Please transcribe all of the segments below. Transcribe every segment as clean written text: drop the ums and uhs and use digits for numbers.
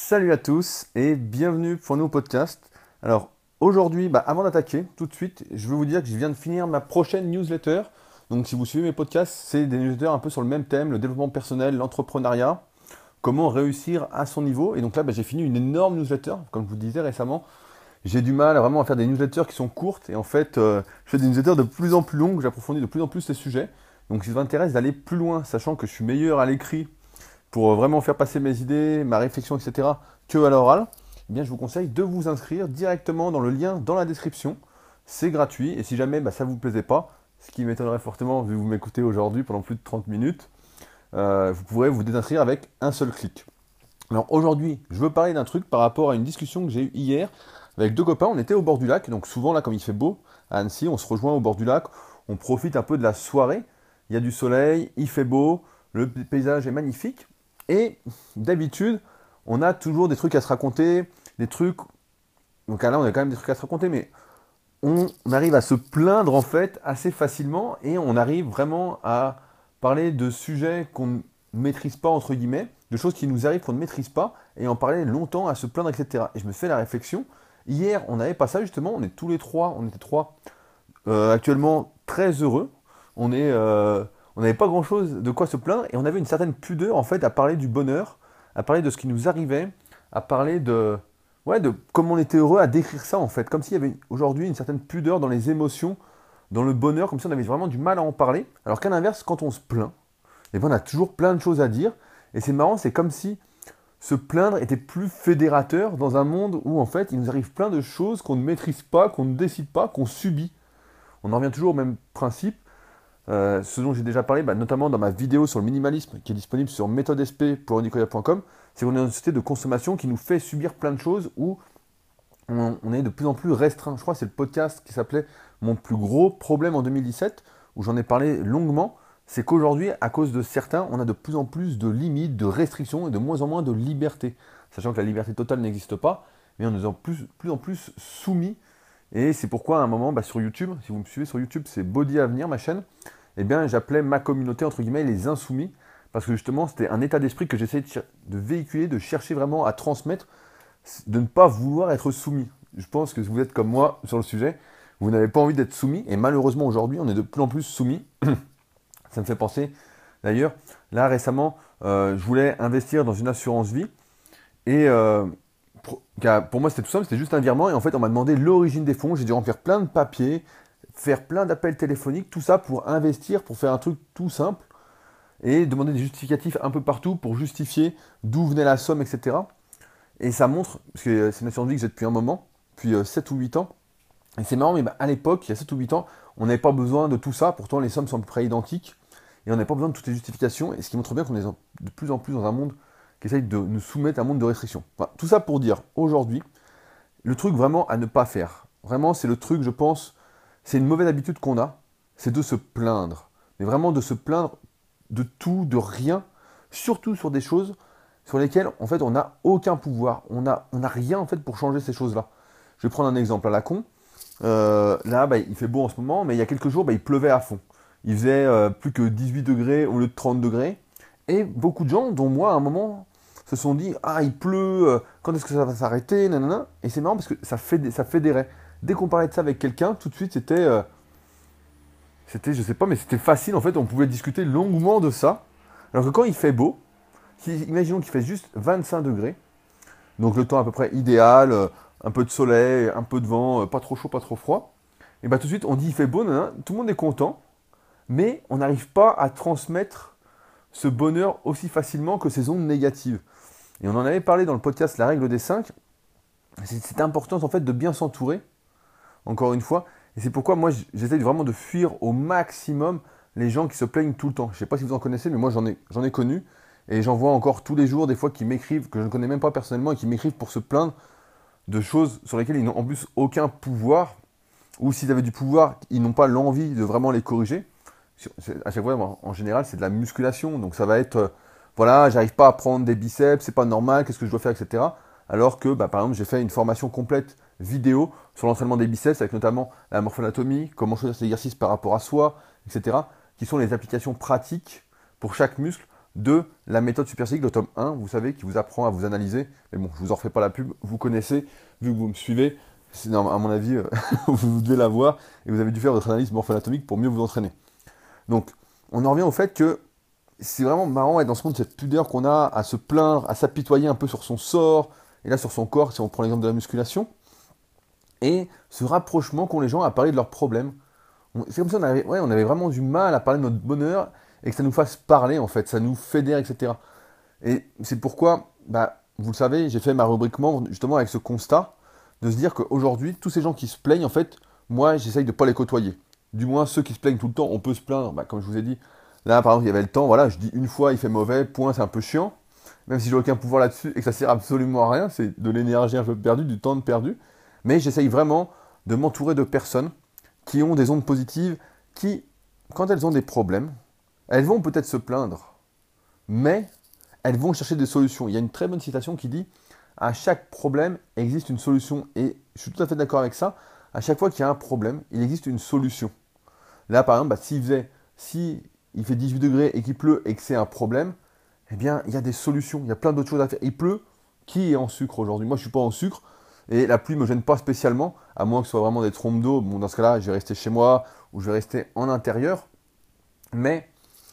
Salut à tous et bienvenue pour un nouveau podcast. Alors aujourd'hui, avant d'attaquer tout de suite, je veux vous dire que je viens de finir ma prochaine newsletter. Donc si vous suivez mes podcasts, c'est des newsletters un peu sur le même thème, le développement personnel, l'entrepreneuriat, comment réussir à son niveau. Et donc là, j'ai fini une énorme newsletter, comme je vous disais récemment. J'ai du mal vraiment à faire des newsletters qui sont courtes et en fait, je fais des newsletters de plus en plus longues, j'approfondis de plus en plus les sujets. Donc si ça vous intéresse d'aller plus loin, sachant que je suis meilleur à l'écrit pour vraiment faire passer mes idées, ma réflexion, etc., que à l'oral, eh bien, je vous conseille de vous inscrire directement dans le lien dans la description. C'est gratuit et si jamais ça ne vous plaisait pas, ce qui m'étonnerait fortement vu que vous m'écoutez aujourd'hui pendant plus de 30 minutes, vous pourrez vous désinscrire avec un seul clic. Alors aujourd'hui, je veux parler d'un truc par rapport à une discussion que j'ai eue hier avec deux copains. On était au bord du lac, donc souvent là, comme il fait beau à Annecy, on se rejoint au bord du lac, on profite un peu de la soirée. Il y a du soleil, il fait beau, le paysage est magnifique. Et d'habitude, on a toujours des trucs à se raconter, des trucs. Donc là, on a quand même des trucs à se raconter, mais on arrive à se plaindre en fait assez facilement et on arrive vraiment à parler de sujets qu'on ne maîtrise pas, entre guillemets, de choses qui nous arrivent qu'on ne maîtrise pas et en parler longtemps, à se plaindre, etc. Et je me fais la réflexion. Hier, on n'avait pas ça justement, on est tous les trois, on était trois actuellement très heureux. On n'avait pas grand-chose de quoi se plaindre et on avait une certaine pudeur en fait à parler du bonheur, à parler de ce qui nous arrivait, à parler de comment on était heureux, à décrire ça en fait, comme s'il y avait aujourd'hui une certaine pudeur dans les émotions, dans le bonheur, comme si on avait vraiment du mal à en parler. Alors qu'à l'inverse, quand on se plaint, on a toujours plein de choses à dire et c'est marrant, c'est comme si se plaindre était plus fédérateur dans un monde où en fait il nous arrive plein de choses qu'on ne maîtrise pas, qu'on ne décide pas, qu'on subit. On en revient toujours au même principe. Ce dont j'ai déjà parlé, notamment dans ma vidéo sur le minimalisme qui est disponible sur méthodesp.nicolas.com, c'est qu'on est dans une société de consommation qui nous fait subir plein de choses où on est de plus en plus restreint. Je crois que c'est le podcast qui s'appelait Mon plus gros problème en 2017, où j'en ai parlé longuement. C'est qu'aujourd'hui, à cause de certains, on a de plus en plus de limites, de restrictions et de moins en moins de liberté. Sachant que la liberté totale n'existe pas, mais on est de plus en plus soumis. Et c'est pourquoi à un moment, sur YouTube, si vous me suivez sur YouTube, c'est Body Avenir, ma chaîne, eh bien j'appelais ma communauté, entre guillemets, les insoumis, parce que justement c'était un état d'esprit que j'essayais de véhiculer, de chercher vraiment à transmettre, de ne pas vouloir être soumis. Je pense que vous êtes comme moi sur le sujet, vous n'avez pas envie d'être soumis, et malheureusement aujourd'hui on est de plus en plus soumis. Ça me fait penser, d'ailleurs, là récemment, je voulais investir dans une assurance vie, et pour moi, c'était tout simple, c'était juste un virement. Et en fait, on m'a demandé l'origine des fonds. J'ai dû remplir plein de papiers, faire plein d'appels téléphoniques, tout ça pour investir, pour faire un truc tout simple. Et demander des justificatifs un peu partout pour justifier d'où venait la somme, etc. Et ça montre, parce que c'est une assurance vie que j'ai depuis un moment, depuis 7 ou 8 ans. Et c'est marrant, mais à l'époque, il y a 7 ou 8 ans, on n'avait pas besoin de tout ça. Pourtant, les sommes sont à peu près identiques. Et on n'avait pas besoin de toutes les justifications. Et ce qui montre bien qu'on est de plus en plus dans un monde qui essaye de nous soumettre à un monde de restrictions. Enfin, tout ça pour dire, aujourd'hui, le truc vraiment à ne pas faire, vraiment c'est le truc, je pense, c'est une mauvaise habitude qu'on a, c'est de se plaindre. Mais vraiment de se plaindre de tout, de rien, surtout sur des choses sur lesquelles, en fait, on n'a aucun pouvoir. On n'a rien, en fait, pour changer ces choses-là. Je vais prendre un exemple à la con. Là, il fait beau en ce moment, mais il y a quelques jours, il pleuvait à fond. Il faisait plus que 18 degrés au lieu de 30 degrés. Et beaucoup de gens, dont moi à un moment, se sont dit ah il pleut, quand est-ce que ça va s'arrêter, nanana. Et c'est marrant parce que ça fédérait. Dès qu'on parlait de ça avec quelqu'un, tout de suite c'était je sais pas, mais c'était facile en fait, on pouvait discuter longuement de ça. Alors que quand il fait beau, imaginons qu'il fait juste 25 degrés, donc le temps à peu près idéal, un peu de soleil, un peu de vent, pas trop chaud, pas trop froid, et tout de suite on dit il fait beau, nanana, tout le monde est content, mais on n'arrive pas à transmettre ce bonheur aussi facilement que ces ondes négatives. Et on en avait parlé dans le podcast La règle des 5. C'est important en fait de bien s'entourer, encore une fois. Et c'est pourquoi moi j'essaie vraiment de fuir au maximum les gens qui se plaignent tout le temps. Je ne sais pas si vous en connaissez, mais moi j'en ai connu. Et j'en vois encore tous les jours des fois qui m'écrivent, que je ne connais même pas personnellement, et qui m'écrivent pour se plaindre de choses sur lesquelles ils n'ont en plus aucun pouvoir. Ou s'ils avaient du pouvoir, ils n'ont pas l'envie de vraiment les corriger. À chaque fois, en général, c'est de la musculation. Donc ça va être, voilà, j'arrive pas à prendre des biceps, c'est pas normal, qu'est-ce que je dois faire, etc. Alors que, par exemple, j'ai fait une formation complète vidéo sur l'entraînement des biceps, avec notamment la morphoanatomie, comment choisir ses exercices par rapport à soi, etc. Qui sont les applications pratiques pour chaque muscle de la méthode Superphysique, le tome 1, vous savez, qui vous apprend à vous analyser. Mais bon, je vous en refais pas la pub, vous connaissez, vu que vous me suivez, à mon avis, vous devez la voir, et vous avez dû faire votre analyse morpho-anatomique pour mieux vous entraîner. Donc, on en revient au fait que c'est vraiment marrant d'être dans ce monde, cette pudeur qu'on a à se plaindre, à s'apitoyer un peu sur son sort, et là sur son corps, si on prend l'exemple de la musculation, et ce rapprochement qu'ont les gens à parler de leurs problèmes. C'est comme ça on avait vraiment du mal à parler de notre bonheur, et que ça nous fasse parler en fait, ça nous fédère, etc. Et c'est pourquoi, bah, vous le savez, j'ai fait ma rubrique membre justement avec ce constat, de se dire qu'aujourd'hui, tous ces gens qui se plaignent, en fait, moi j'essaye de ne pas les côtoyer. Du moins, ceux qui se plaignent tout le temps, on peut se plaindre, bah, comme je vous ai dit. Là, par exemple, il y avait le temps, voilà, je dis une fois, il fait mauvais, point, c'est un peu chiant. Même si j'ai aucun pouvoir là-dessus et que ça sert absolument à rien, c'est de l'énergie un peu perdue, du temps de perdu. Mais j'essaye vraiment de m'entourer de personnes qui ont des ondes positives, qui, quand elles ont des problèmes, elles vont peut-être se plaindre, mais elles vont chercher des solutions. Il y a une très bonne citation qui dit à chaque problème existe une solution. Et je suis tout à fait d'accord avec ça. À chaque fois qu'il y a un problème, il existe une solution. Là, par exemple, si il fait 18 degrés et qu'il pleut et que c'est un problème, eh bien, il y a des solutions. Il y a plein d'autres choses à faire. Il pleut. Qui est en sucre aujourd'hui? Moi, je ne suis pas en sucre. Et la pluie ne me gêne pas spécialement, à moins que ce soit vraiment des trompes d'eau. Bon, dans ce cas-là, je vais rester chez moi ou je vais rester en intérieur. Mais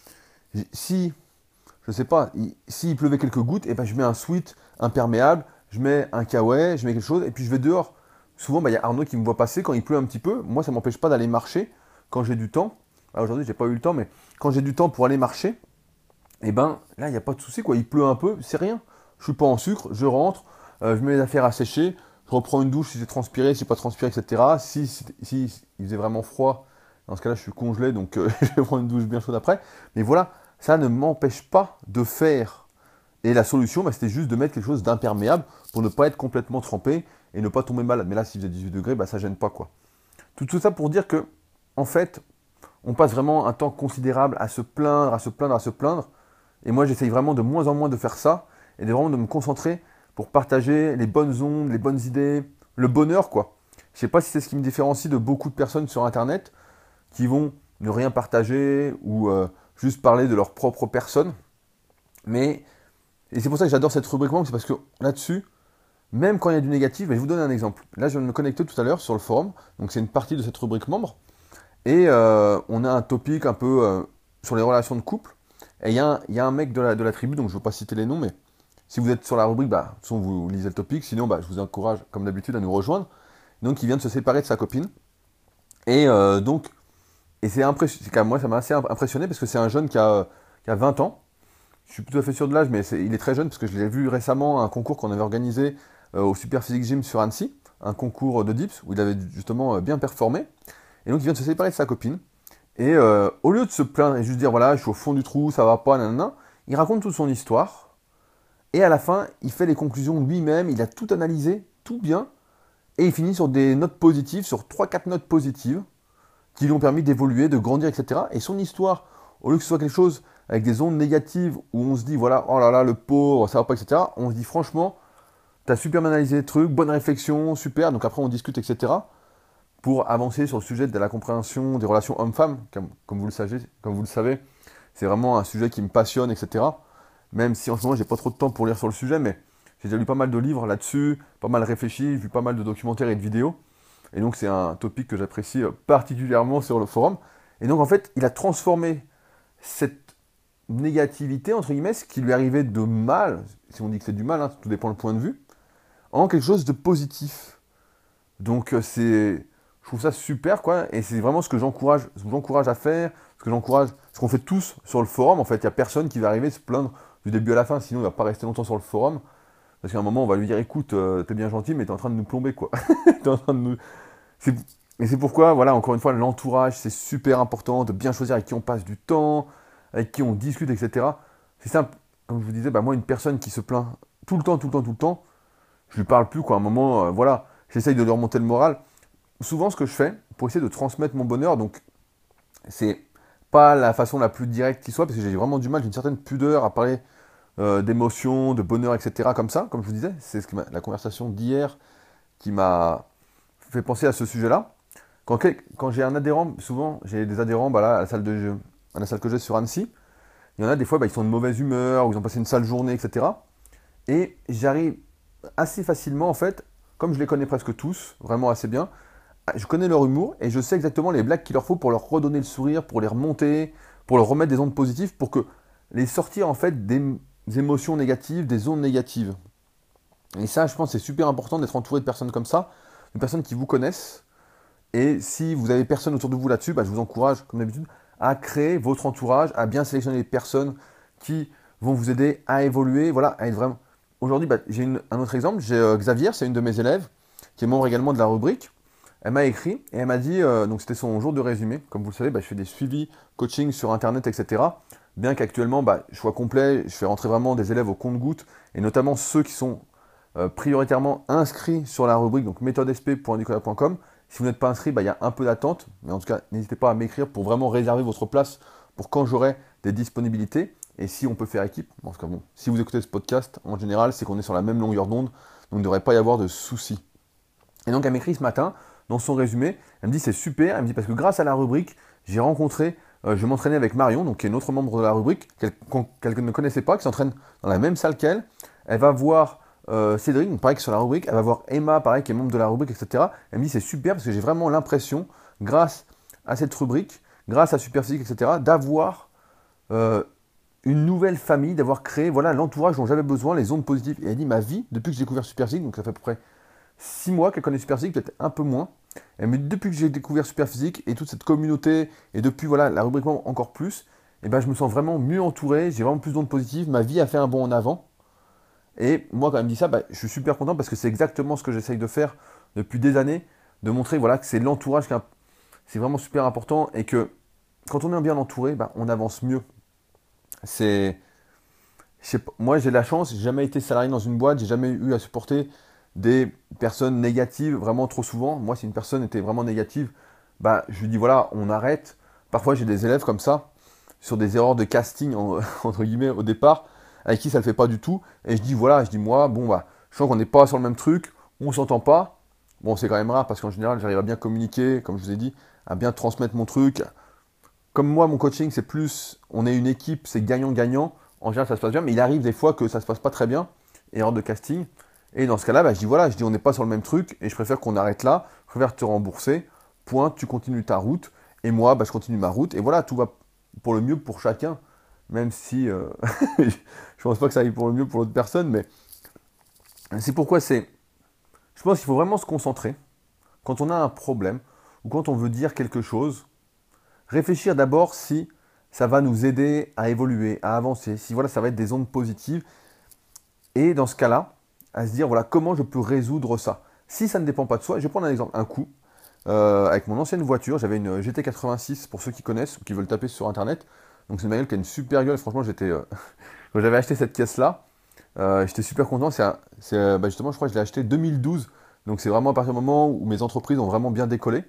si, je ne sais pas, s'il pleuvait quelques gouttes, eh ben, je mets un sweat imperméable, je mets un kawaii, je mets quelque chose, et puis je vais dehors. Souvent, bah, y a Arnaud qui me voit passer quand il pleut un petit peu. Moi, ça ne m'empêche pas d'aller marcher quand j'ai du temps. Aujourd'hui, j'ai pas eu le temps, mais quand j'ai du temps pour aller marcher, et ben là, il n'y a pas de souci, quoi. Il pleut un peu, c'est rien. Je suis pas en sucre, je rentre, je mets les affaires à sécher, je reprends une douche si j'ai transpiré, si j'ai pas transpiré, etc. Si il faisait vraiment froid, dans ce cas-là, je suis congelé, donc je vais prendre une douche bien chaude après. Mais voilà, ça ne m'empêche pas de faire. Et la solution, bah, c'était juste de mettre quelque chose d'imperméable pour ne pas être complètement trempé et ne pas tomber malade. Mais là, s'il faisait 18 degrés, bah, ça gêne pas, quoi. Tout ça pour dire que, en fait, on passe vraiment un temps considérable à se plaindre, à se plaindre, à se plaindre. Et moi, j'essaye vraiment de moins en moins de faire ça et de vraiment de me concentrer pour partager les bonnes ondes, les bonnes idées, le bonheur, quoi. Je sais pas si c'est ce qui me différencie de beaucoup de personnes sur Internet qui vont ne rien partager ou juste parler de leur propre personne. Mais, et c'est pour ça que j'adore cette rubrique, c'est parce que là-dessus, même quand il y a du négatif, je vais vous donner un exemple. Là, je viens de me connecter tout à l'heure sur le forum, donc c'est une partie de cette rubrique membre. Et on a un topic un peu sur les relations de couple. Et il y a un mec de la tribu, donc je ne veux pas citer les noms, mais si vous êtes sur la rubrique, bah, de toute façon, vous lisez le topic. Sinon, bah, je vous encourage, comme d'habitude, à nous rejoindre. Donc, il vient de se séparer de sa copine. Et donc, et c'est impressionnant. Moi, ça m'a assez impressionné parce que c'est un jeune qui a 20 ans. Je suis tout à fait sûr de l'âge, mais il est très jeune parce que je l'ai vu récemment à un concours qu'on avait organisé au Super Physique Gym sur Annecy, un concours de dips où il avait justement bien performé. Et donc il vient de se séparer de sa copine. Et au lieu de se plaindre et juste dire voilà, je suis au fond du trou, ça va pas, nanana, il raconte toute son histoire. Et à la fin, il fait les conclusions lui-même, il a tout analysé, tout bien. Et il finit sur des notes positives, sur trois quatre notes positives, qui lui ont permis d'évoluer, de grandir, etc. Et son histoire, au lieu que ce soit quelque chose avec des ondes négatives où on se dit voilà, oh là là, le pauvre, ça va pas, etc. On se dit franchement, t'as super bien analysé les trucs, bonne réflexion, super. Donc après on discute, etc. Pour avancer sur le sujet de la compréhension des relations hommes-femmes, comme vous le savez, c'est vraiment un sujet qui me passionne, etc. Même si en ce moment j'ai pas trop de temps pour lire sur le sujet, mais j'ai déjà lu pas mal de livres là-dessus, pas mal réfléchi, vu pas mal de documentaires et de vidéos. Et donc c'est un topic que j'apprécie particulièrement sur le forum. Et donc en fait, il a transformé cette négativité, entre guillemets, ce qui lui arrivait de mal, si on dit que c'est du mal, hein, tout dépend du point de vue, en quelque chose de positif. Donc je trouve ça super, quoi, et c'est vraiment ce que j'encourage à faire, ce qu'on fait tous sur le forum. En fait, il n'y a personne qui va arriver se plaindre du début à la fin, sinon il va pas rester longtemps sur le forum, parce qu'à un moment on va lui dire écoute, t'es bien gentil, mais t'es en train de nous plomber, quoi. T'es en train de nous... c'est... Et c'est pourquoi, voilà, encore une fois, l'entourage, c'est super important de bien choisir avec qui on passe du temps, avec qui on discute, etc. C'est simple, comme je vous disais, bah, moi, une personne qui se plaint tout le temps, tout le temps, tout le temps, je lui parle plus, quoi. À un moment, voilà, j'essaye de lui remonter le moral. Souvent, ce que je fais, pour essayer de transmettre mon bonheur, donc, c'est pas la façon la plus directe qui soit, parce que j'ai vraiment du mal, j'ai une certaine pudeur à parler d'émotions, de bonheur, etc. comme ça, comme je vous disais. C'est la conversation d'hier qui m'a fait penser à ce sujet-là. Quand j'ai un adhérent, souvent j'ai des adhérents bah là, à la salle que j'ai sur Annecy, Il y en a des fois, bah, ils sont de mauvaise humeur, ou ils ont passé une sale journée, etc. Et j'arrive assez facilement, en fait, comme je les connais presque tous, vraiment assez bien, je connais leur humour et je sais exactement les blagues qu'il leur faut pour leur redonner le sourire, pour les remonter, pour leur remettre des ondes positives, pour que les sortir en fait des émotions négatives, des ondes négatives. Et ça, je pense, c'est super important d'être entouré de personnes comme ça, de personnes qui vous connaissent. Et si vous avez personne autour de vous là-dessus, bah, je vous encourage, comme d'habitude, à créer votre entourage, à bien sélectionner les personnes qui vont vous aider à évoluer, voilà, à être vraiment. Aujourd'hui, bah, j'ai un autre exemple. J'ai Xavier, c'est une de mes élèves, qui est membre également de la rubrique. Elle m'a écrit et elle m'a dit, donc c'était son jour de résumé. Comme vous le savez, bah, je fais des suivis coaching sur Internet, etc. Bien qu'actuellement, bah, je sois complet, je fais rentrer vraiment des élèves au compte-gouttes, et notamment ceux qui sont prioritairement inscrits sur la rubrique, donc méthodesp.nicolas.com. Si vous n'êtes pas inscrit, bah, il y a un peu d'attente, mais en tout cas, n'hésitez pas à m'écrire pour vraiment réserver votre place pour quand j'aurai des disponibilités. Et si on peut faire équipe, en tout cas, bon, si vous écoutez ce podcast, en général, c'est qu'on est sur la même longueur d'onde, donc il ne devrait pas y avoir de soucis. Et donc elle m'écrit ce matin, dans son résumé, elle me dit c'est super, elle me dit parce que grâce à la rubrique, j'ai rencontré, je m'entraînais avec Marion, donc qui est une autre membre de la rubrique, qu'elle ne connaissait pas, qui s'entraîne dans la même salle qu'elle. Elle va voir Cédric, donc pareil que sur la rubrique, elle va voir Emma, pareil, qui est membre de la rubrique, etc. Elle me dit c'est super parce que j'ai vraiment l'impression, grâce à cette rubrique, grâce à Superphysique, etc., d'avoir euh, une nouvelle famille, d'avoir créé voilà, l'entourage dont j'avais besoin, les ondes positives. Et elle dit ma vie, depuis que j'ai découvert Superphysique, donc ça fait à peu près 6 mois qu'elle connaît Superphysique, peut-être un peu moins. Mais depuis que j'ai découvert Superphysique et toute cette communauté, et depuis voilà, la rubrique encore plus, et ben, je me sens vraiment mieux entouré, j'ai vraiment plus d'ondes positives, ma vie a fait un bond en avant. Et moi, quand elle me dit ça, bah, je suis super content parce que c'est exactement ce que j'essaye de faire depuis des années, de montrer voilà, que c'est l'entourage qui c'est vraiment super important et que quand on est bien entouré, bah, on avance mieux. C'est, je sais pas, moi, j'ai la chance, j'ai jamais été salarié dans une boîte, j'ai jamais eu à supporter des personnes négatives vraiment trop souvent. Moi, si une personne était vraiment négative, bah, je lui dis voilà, on arrête. Parfois, j'ai des élèves comme ça, sur des erreurs de casting, entre guillemets, au départ, avec qui ça ne le fait pas du tout. Et je dis voilà, je dis moi, bon, bah, je sens qu'on n'est pas sur le même truc, on s'entend pas. Bon, c'est quand même rare parce qu'en général, j'arrive à bien communiquer, comme je vous ai dit, à bien transmettre mon truc. Comme moi, mon coaching, c'est plus, on est une équipe, c'est gagnant-gagnant. En général, ça se passe bien, mais il arrive des fois que ça se passe pas très bien, erreur de casting. Et dans ce cas-là, bah, je dis voilà, je dis on n'est pas sur le même truc et je préfère qu'on arrête là, je préfère te rembourser, point, tu continues ta route et moi, bah, je continue ma route et voilà, tout va pour le mieux pour chacun, même si je pense pas que ça aille pour le mieux pour l'autre personne, mais c'est pourquoi je pense qu'il faut vraiment se concentrer quand on a un problème ou quand on veut dire quelque chose, réfléchir d'abord si ça va nous aider à évoluer, à avancer, si voilà, ça va être des ondes positives et dans ce cas-là, à se dire voilà comment je peux résoudre ça. Si ça ne dépend pas de soi, je vais prendre un exemple, un coup. Avec mon ancienne voiture, j'avais une GT86 pour ceux qui connaissent ou qui veulent taper sur internet. Donc c'est une bagnole qui a une super gueule. Franchement, quand j'avais acheté cette caisse-là, j'étais super content. Bah, justement, je crois que je l'ai acheté 2012. Donc c'est vraiment à partir du moment où mes entreprises ont vraiment bien décollé.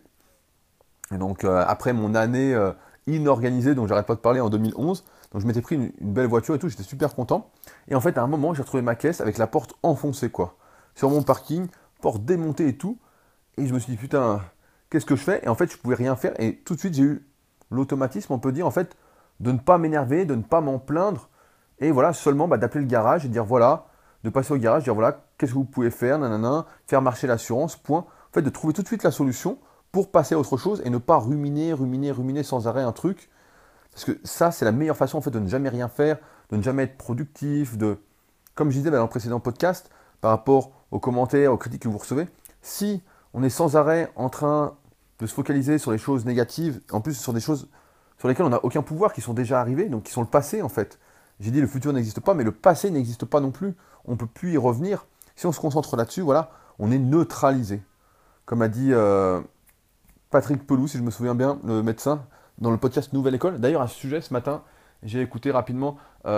Et donc après mon année inorganisée, dont j'arrête pas de parler en 2011, donc je m'étais pris une belle voiture et tout, j'étais super content. Et en fait, à un moment, j'ai retrouvé ma caisse avec la porte enfoncée, quoi. Sur mon parking, porte démontée et tout. Et je me suis dit, putain, qu'est-ce que je fais? Et en fait, je pouvais rien faire. Et tout de suite, j'ai eu l'automatisme, on peut dire, en fait, de ne pas m'énerver, de ne pas m'en plaindre. Et voilà, seulement bah, d'appeler le garage et de dire, voilà, de passer au garage, dire, voilà, qu'est-ce que vous pouvez faire, nanana, faire marcher l'assurance, point. En fait, de trouver tout de suite la solution pour passer à autre chose et ne pas ruminer sans arrêt un truc. Parce que ça, c'est la meilleure façon en fait de ne jamais rien faire, de ne jamais être productif, comme je disais bah, dans le précédent podcast, par rapport aux commentaires, aux critiques que vous recevez, si on est sans arrêt en train de se focaliser sur les choses négatives, en plus sur des choses sur lesquelles on n'a aucun pouvoir, qui sont déjà arrivées, donc qui sont le passé en fait. J'ai dit le futur n'existe pas, mais le passé n'existe pas non plus. On ne peut plus y revenir. Si on se concentre là-dessus, voilà, on est neutralisé. Comme a dit Patrick Pelou, si je me souviens bien, le médecin, dans le podcast Nouvelle École. D'ailleurs, à ce sujet, ce matin, j'ai écouté rapidement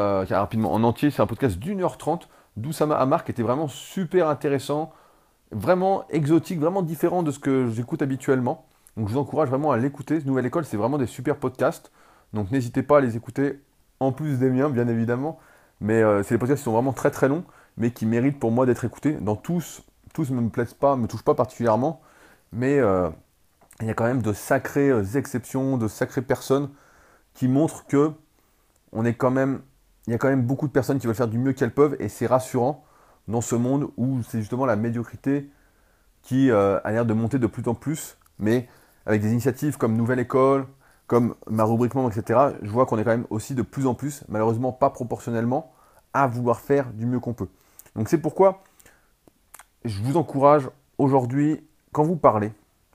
en entier, c'est un podcast d'1h30 d'Oussama Hamar qui était vraiment super intéressant, vraiment exotique, vraiment différent de ce que j'écoute habituellement. Donc je vous encourage vraiment à l'écouter. Nouvelle École, c'est vraiment des super podcasts. Donc n'hésitez pas à les écouter, en plus des miens, bien évidemment. Mais c'est des podcasts qui sont vraiment très très longs, mais qui méritent pour moi d'être écoutés. Dans tous ne me plaisent pas, me touchent pas particulièrement. Mais il y a quand même de sacrées exceptions, de sacrées personnes qui montrent que il y a quand même beaucoup de personnes qui veulent faire du mieux qu'elles peuvent et c'est rassurant dans ce monde où c'est justement la médiocrité qui a l'air de monter de plus en plus, mais avec des initiatives comme Nouvelle École, comme ma rubrique membre, etc., je vois qu'on est quand même aussi de plus en plus, malheureusement pas proportionnellement, à vouloir faire du mieux qu'on peut. Donc c'est pourquoi je vous encourage aujourd'hui, quand vous parlez,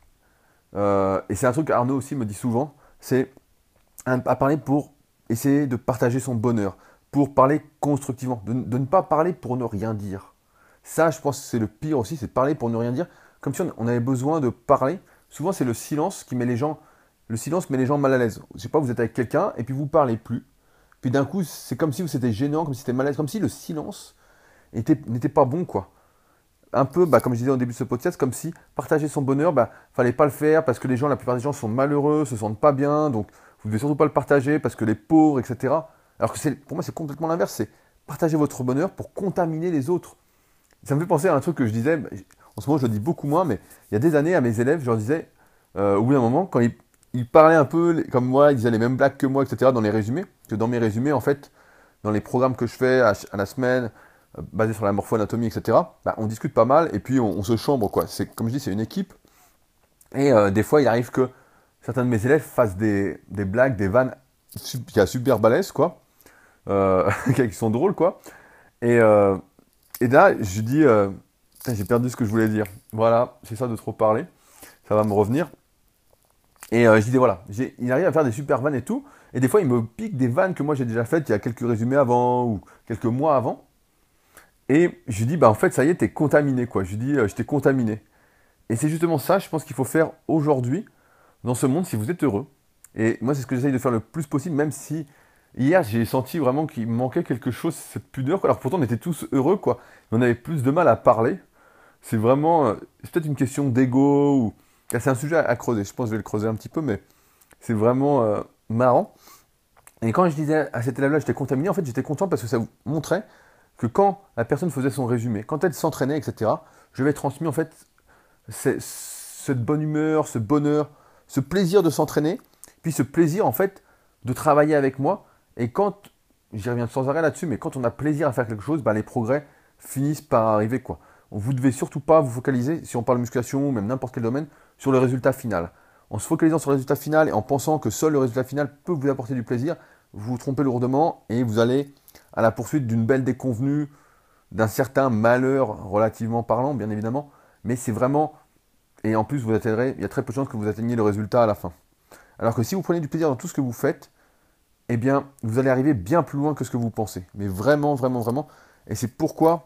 et c'est un truc qu'Arnaud aussi me dit souvent, c'est à parler pour essayer de partager son bonheur, pour parler constructivement, de ne pas parler pour ne rien dire. Ça, je pense que c'est le pire aussi, c'est de parler pour ne rien dire, comme si on avait besoin de parler. Souvent, c'est le silence qui met les gens, le silence met les gens mal à l'aise. Je sais pas, vous êtes avec quelqu'un et puis vous parlez plus. Puis d'un coup, c'est comme si c'était gênant, comme si c'était mal à l'aise, comme si le silence n'était pas bon, quoi. Un peu, bah, comme je disais au début de ce podcast, comme si partager son bonheur, bah, fallait pas le faire parce que les gens, la plupart des gens sont malheureux, se sentent pas bien, donc vous devez surtout pas le partager parce que les pauvres, etc. Alors que pour moi, c'est complètement l'inverse, c'est partager votre bonheur pour contaminer les autres. Ça me fait penser à un truc que je disais, en ce moment je le dis beaucoup moins, mais il y a des années à mes élèves, je leur disais, au bout d'un moment, quand ils parlaient un peu comme moi, ils disaient les mêmes blagues que moi, etc., dans les résumés, que dans mes résumés, en fait, dans les programmes que je fais à la semaine, basés sur la morpho-anatomie, etc., bah, on discute pas mal et puis on se chambre, quoi. Comme je dis, c'est une équipe. Et des fois, il arrive que certains de mes élèves fassent des blagues, des vannes qui a super balèzes, quoi, qui sont drôles, quoi. Et, euh, et là, je dis, putain, j'ai perdu ce que je voulais dire. Voilà, c'est ça de trop parler. Ça va me revenir. Et je disais, voilà, il arrive à faire des super vannes et tout. Et des fois, il me pique des vannes que moi j'ai déjà faites il y a quelques résumés avant ou quelques mois avant. Et je lui dis, bah en fait, ça y est, t'es contaminé, quoi. Je lui dis, je t'ai contaminé. Et c'est justement ça, je pense qu'il faut faire aujourd'hui, dans ce monde, si vous êtes heureux. Et moi, c'est ce que j'essaye de faire le plus possible, même si hier, j'ai senti vraiment qu'il me manquait quelque chose, cette pudeur, quoi. Alors pourtant, on était tous heureux, quoi. Mais on avait plus de mal à parler. C'est vraiment, c'est peut-être une question d'ego, ou... C'est un sujet à creuser, je pense que je vais le creuser un petit peu, mais c'est vraiment marrant. Et quand je disais à cet élève-là, j'étais contaminé, en fait, j'étais content parce que ça vous montrait que quand la personne faisait son résumé, quand elle s'entraînait, etc., je lui avais transmis, en fait, cette bonne humeur, ce bonheur, ce plaisir de s'entraîner, puis ce plaisir en fait de travailler avec moi. Et quand, j'y reviens sans arrêt là-dessus, mais quand on a plaisir à faire quelque chose, bah, les progrès finissent par arriver, quoi. Vous ne devez surtout pas vous focaliser, si on parle musculation ou même n'importe quel domaine, sur le résultat final. En se focalisant sur le résultat final et en pensant que seul le résultat final peut vous apporter du plaisir, vous vous trompez lourdement et vous allez à la poursuite d'une belle déconvenue, d'un certain malheur relativement parlant, bien évidemment, mais c'est vraiment, et en plus vous atteindrez, il y a très peu de chances que vous atteigniez le résultat à la fin. Alors que si vous prenez du plaisir dans tout ce que vous faites, eh bien, vous allez arriver bien plus loin que ce que vous pensez. Mais vraiment, vraiment, vraiment. Et c'est pourquoi,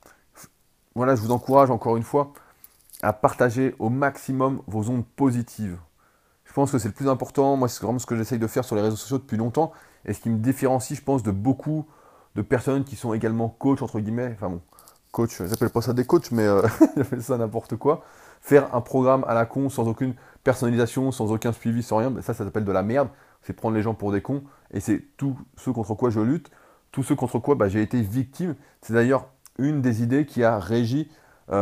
voilà, je vous encourage encore une fois à partager au maximum vos ondes positives. Je pense que c'est le plus important. Moi, c'est vraiment ce que j'essaye de faire sur les réseaux sociaux depuis longtemps. Et ce qui me différencie, je pense, de beaucoup de personnes qui sont également coach, entre guillemets. Enfin bon, coach, j'appelle pas ça des coachs, mais j'appelle ça n'importe quoi. Faire un programme à la con, sans aucune personnalisation, sans aucun suivi, sans rien, ben ça s'appelle de la merde. C'est prendre les gens pour des cons. Et c'est tout ce contre quoi je lutte, tout ce contre quoi bah, j'ai été victime. C'est d'ailleurs une des idées qui a régi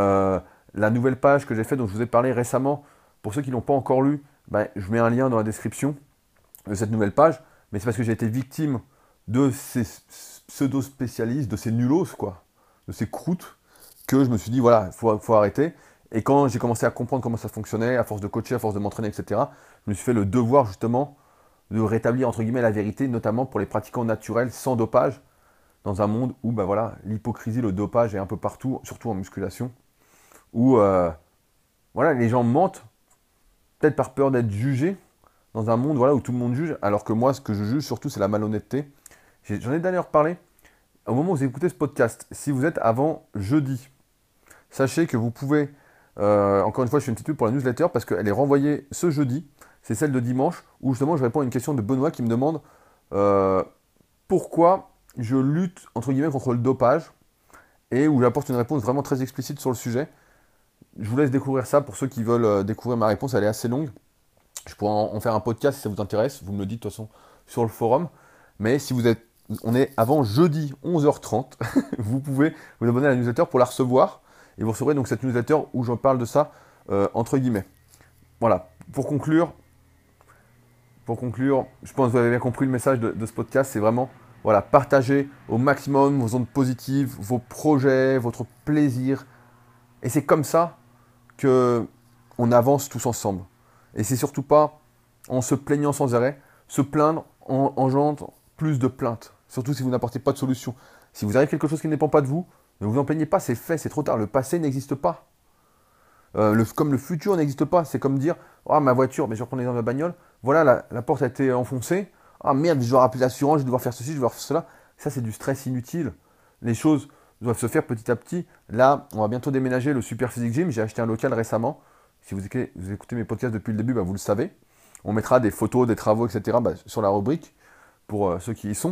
la nouvelle page que j'ai faite, dont je vous ai parlé récemment. Pour ceux qui ne l'ont pas encore lu, bah, je mets un lien dans la description de cette nouvelle page. Mais c'est parce que j'ai été victime de ces pseudo-spécialistes, de ces nulos, quoi, de ces croûtes, que je me suis dit, voilà, faut arrêter. Et quand j'ai commencé à comprendre comment ça fonctionnait, à force de coacher, à force de m'entraîner, etc., je me suis fait le devoir, justement, de rétablir, entre guillemets, la vérité, notamment pour les pratiquants naturels, sans dopage, dans un monde où, bah voilà, l'hypocrisie, le dopage est un peu partout, surtout en musculation, où, voilà, les gens mentent, peut-être par peur d'être jugés, dans un monde, voilà, où tout le monde juge, alors que moi, ce que je juge, surtout, c'est la malhonnêteté. J'en ai d'ailleurs parlé au moment où vous écoutez ce podcast. Si vous êtes avant jeudi, sachez que vous pouvez, encore une fois, je fais une petite pub pour la newsletter parce qu'elle est renvoyée ce jeudi. C'est celle de dimanche où justement je réponds à une question de Benoît qui me demande pourquoi je lutte entre guillemets contre le dopage et où j'apporte une réponse vraiment très explicite sur le sujet. Je vous laisse découvrir ça pour ceux qui veulent découvrir ma réponse. Elle est assez longue. Je pourrais en faire un podcast si ça vous intéresse. Vous me le dites de toute façon sur le forum. Mais si vous êtes, on est avant jeudi 11h30, vous pouvez vous abonner à la newsletter pour la recevoir. Et vous recevrez donc cette newsletter où je parle de ça entre guillemets. Voilà. Pour conclure, pour conclure, je pense que vous avez bien compris le message de ce podcast, c'est vraiment, voilà, partager au maximum vos ondes positives, vos projets, votre plaisir. Et c'est comme ça que on avance tous ensemble. Et c'est surtout pas en se plaignant sans arrêt. Se plaindre engendre plus de plaintes, surtout si vous n'apportez pas de solution. Si vous arrive quelque chose qui ne dépend pas de vous, ne vous en plaignez pas, c'est fait, c'est trop tard. Le passé n'existe pas. Comme le futur n'existe pas, c'est comme dire ah, ma voiture, mais je reprends l'exemple de ma bagnole, voilà, la porte a été enfoncée, ah merde, je dois rappeler l'assurance, je vais devoir faire ceci, je vais devoir faire cela. Ça, c'est du stress inutile. Les choses doivent se faire petit à petit. Là, on va bientôt déménager le Super Physique Gym. J'ai acheté un local récemment. Si vous écoutez mes podcasts depuis le début, bah, vous le savez. On mettra des photos, des travaux, etc. Bah, sur la rubrique pour ceux qui y sont.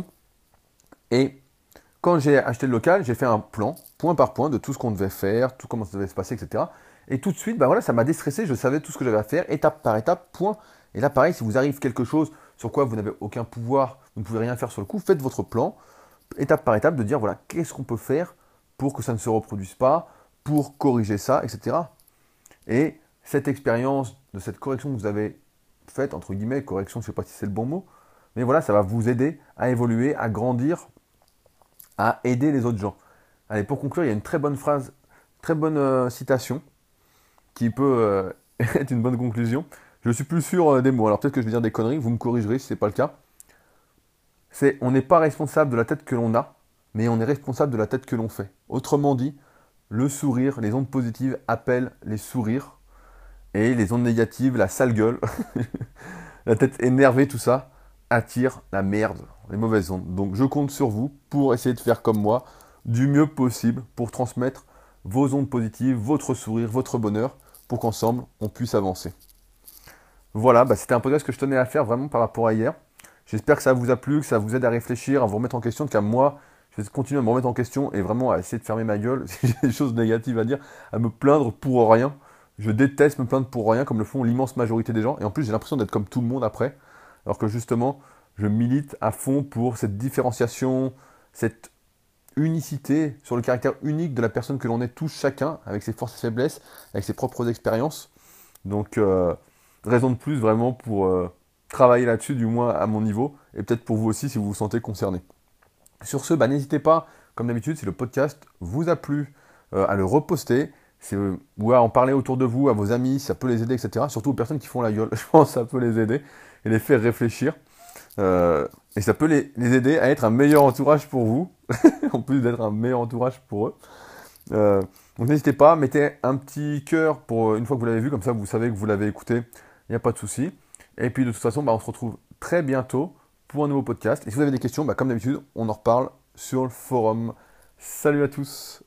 Et quand j'ai acheté le local, j'ai fait un plan, point par point, de tout ce qu'on devait faire, tout comment ça devait se passer, etc. Et tout de suite, bah voilà, ça m'a déstressé, je savais tout ce que j'avais à faire, étape par étape, point. Et là, pareil, si vous arrive quelque chose sur quoi vous n'avez aucun pouvoir, vous ne pouvez rien faire sur le coup, faites votre plan, étape par étape, de dire, voilà, qu'est-ce qu'on peut faire pour que ça ne se reproduise pas, pour corriger ça, etc. Et cette expérience de cette correction que vous avez faite, entre guillemets, correction, je ne sais pas si c'est le bon mot, mais voilà, ça va vous aider à évoluer, à grandir, à aider les autres gens. Allez, pour conclure, il y a une très bonne phrase, très bonne citation, qui peut être une bonne conclusion. Je suis plus sûr des mots, alors peut-être que je vais dire des conneries, vous me corrigerez si ce n'est pas le cas. C'est on n'est pas responsable de la tête que l'on a, mais on est responsable de la tête que l'on fait. Autrement dit, le sourire, les ondes positives appellent les sourires, et les ondes négatives, la sale gueule, la tête énervée, tout ça, attire la merde, les mauvaises ondes. Donc je compte sur vous pour essayer de faire comme moi, du mieux possible, pour transmettre vos ondes positives, votre sourire, votre bonheur, pour qu'ensemble, on puisse avancer. Voilà, bah, c'était un podcast que je tenais à faire vraiment par rapport à hier. J'espère que ça vous a plu, que ça vous aide à réfléchir, à vous remettre en question, car moi, je vais continuer à me remettre en question et vraiment à essayer de fermer ma gueule si j'ai des choses négatives à dire, à me plaindre pour rien. Je déteste me plaindre pour rien, comme le font l'immense majorité des gens. Et en plus, j'ai l'impression d'être comme tout le monde après, alors que justement, je milite à fond pour cette différenciation, cette unicité, sur le caractère unique de la personne que l'on est tous chacun, avec ses forces et faiblesses, avec ses propres expériences. Donc, raison de plus vraiment pour travailler là-dessus, du moins à mon niveau, et peut-être pour vous aussi si vous vous sentez concerné. Sur ce, bah, n'hésitez pas, comme d'habitude, si le podcast vous a plu, à le reposter, ou à en parler autour de vous, à vos amis, ça peut les aider, etc. Surtout aux personnes qui font la gueule, je pense que ça peut les aider et les faire réfléchir. Et ça peut les aider à être un meilleur entourage pour vous, en plus d'être un meilleur entourage pour eux. Donc n'hésitez pas, mettez un petit cœur pour une fois que vous l'avez vu, comme ça vous savez que vous l'avez écouté, il n'y a pas de souci. Et puis de toute façon, bah, on se retrouve très bientôt pour un nouveau podcast. Et si vous avez des questions, bah, comme d'habitude, on en reparle sur le forum. Salut à tous!